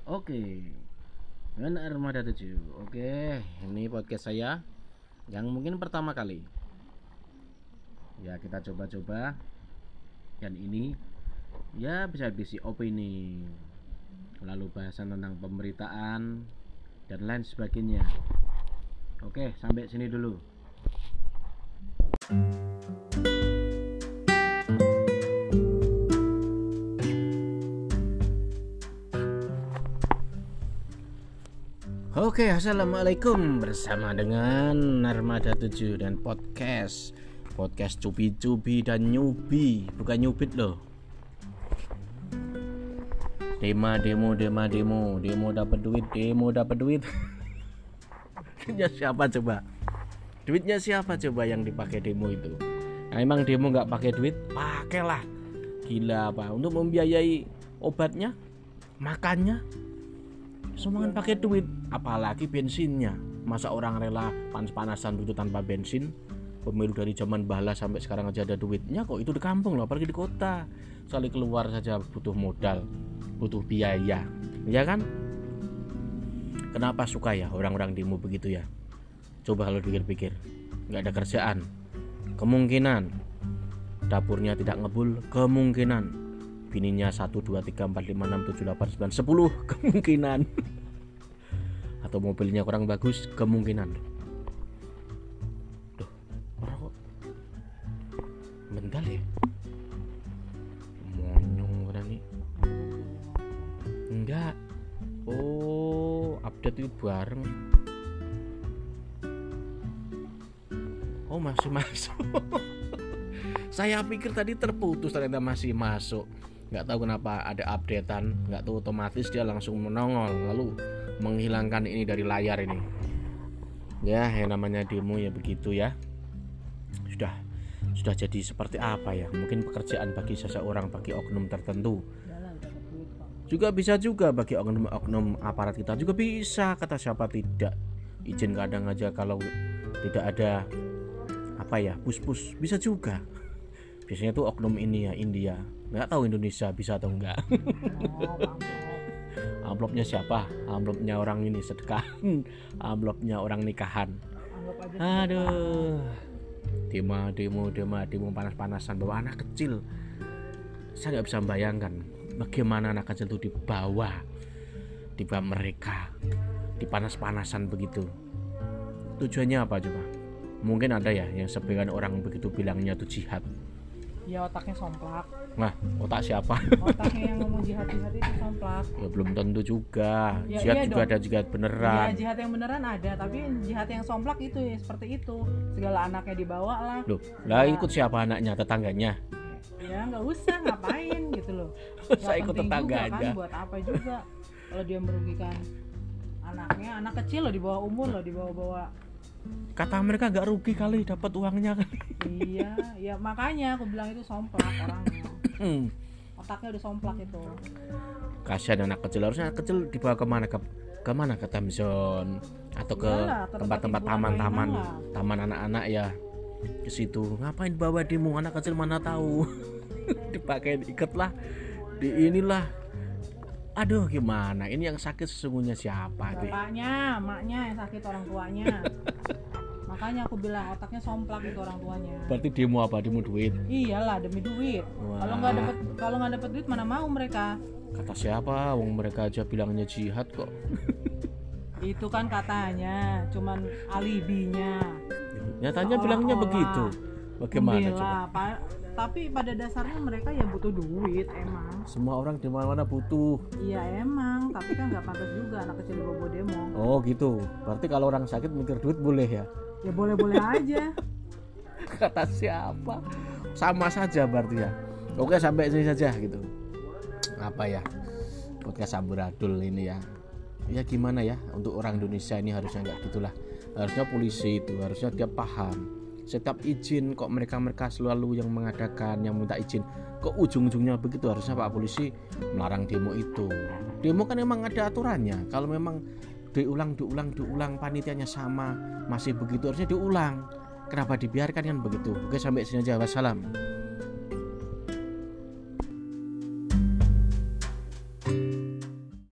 Oke, dengan Armada 7. Oke, ini podcast saya yang mungkin pertama kali. Ya, kita coba-coba. Dan ini ya bisa bisi opini, lalu bahasan tentang pemberitaan dan lain sebagainya. Oke, sampai sini dulu. Oke, assalamualaikum, bersama dengan Armada 7 dan podcast cubi-cubi dan nyubi, bukan nyubit loh. Demo dapat duit. Duitnya siapa coba? Duitnya siapa coba yang dipakai demo itu? Nah, emang demo nggak pakai duit? Pakailah. Gila apa? Untuk membiayai obatnya, makannya, semua kan pakai duit, apalagi bensinnya. Masa orang rela panas-panasan itu tanpa bensin? Pemilu dari zaman bala sampai sekarang aja ada duitnya kok. Itu di kampung loh, apalagi di kota. Sekali keluar saja butuh modal, butuh biaya, ya kan? Kenapa suka ya orang-orang demo begitu ya? Coba kalau pikir-pikir, nggak ada kerjaan, kemungkinan dapurnya tidak ngebul, kemungkinan bininya 1, 2, 3, 4, 5, 6, 7, 8, 9, 10 kemungkinan. Atau mobilnya kurang bagus, kemungkinan. Duh, orang kok bentar ya? Monyong berani. Enggak. Oh, update itu bareng. Oh, masih masuk. Saya pikir tadi terputus, ternyata masih masuk. Nggak tahu kenapa ada updatean, nggak tahu otomatis dia langsung menongol lalu menghilangkan ini dari layar ini. Ya, yang namanya demo ya begitu ya. Sudah jadi seperti apa ya? Mungkin pekerjaan bagi seseorang, bagi oknum tertentu. Juga bisa juga bagi oknum aparat kita juga bisa. Kata siapa tidak? Izin kadang aja kalau tidak ada apa ya, pus-pus bisa juga. Biasanya tuh oknum ini ya India. Nggak tahu Indonesia bisa atau enggak. Amplopnya siapa? Amplopnya orang ini sedekah. Amplopnya orang nikahan. Aduh. Demo panas-panasan bawa anak kecil. Saya nggak bisa membayangkan bagaimana anak kecil itu dibawa mereka dipanas-panasan begitu. Tujuannya apa coba? Mungkin ada ya yang sebagian orang begitu bilangnya itu jihad. Ya otaknya somplak. Nah, otak siapa? Otaknya yang ngomong jihad itu somplak. Ya belum tentu juga. Ya, Jihad iya juga dong. ada jihad beneran. Ya jihad yang beneran ada, tapi jihad yang somplak itu ya seperti itu. Segala anaknya dibawa lah. Loh, lah ikut siapa anaknya? Tetangganya? Ya nggak usah, ngapain gitu loh. Saya ikut tetangganya. Juga kan, buat apa juga? Kalau dia merugikan anaknya, anak kecil loh, di bawah umur loh, dibawa-bawa. Kata mereka nggak rugi kali dapat uangnya kan. Iya, ya makanya aku bilang itu somplak orangnya. Otaknya udah somplak itu. Kasihan anak kecil, harusnya anak kecil dibawa kemana, ke time zone atau ke tempat-tempat taman anak-anak ya, ke situ. Ngapain bawa demo, anak kecil mana tahu. Dipakai ikat lah, di inilah. Aduh, gimana ini yang sakit sesungguhnya siapa? Bapaknya, maknya yang sakit, orang tuanya. Makanya aku bilang otaknya somplak itu orang tuanya. Berarti demo apa? Demo duit? Iyalah, demi duit. Kalau nggak dapet duit mana mau mereka? Kata siapa? Wong mereka aja bilangnya jihad kok. Itu kan katanya, cuman alibinya. Nyatanya bilangnya begitu. Bagaimana coba? Tapi pada dasarnya mereka ya butuh duit emang. Semua orang di mana-mana butuh. Iya emang, tapi kan nggak pantas juga anak kecil bawa demo. Oh gitu. Berarti kalau orang sakit mikir duit boleh ya? Ya boleh-boleh aja. Kata siapa? Sama saja berarti ya. Oke, sampai sini saja gitu. Apa ya? Podcast amburadul ini ya. Ya gimana ya? Untuk orang Indonesia ini harusnya nggak gitulah. Harusnya polisi itu harusnya dia paham. Setiap izin kok mereka selalu yang mengadakan, yang minta izin. Kok ujung-ujungnya begitu? Harusnya Pak Polisi melarang demo itu. Demo kan memang ada aturannya. Kalau memang diulang panitianya sama masih begitu, harusnya diulang. Kenapa dibiarkan kan begitu? Oke, sampai sini aja. Wassalam.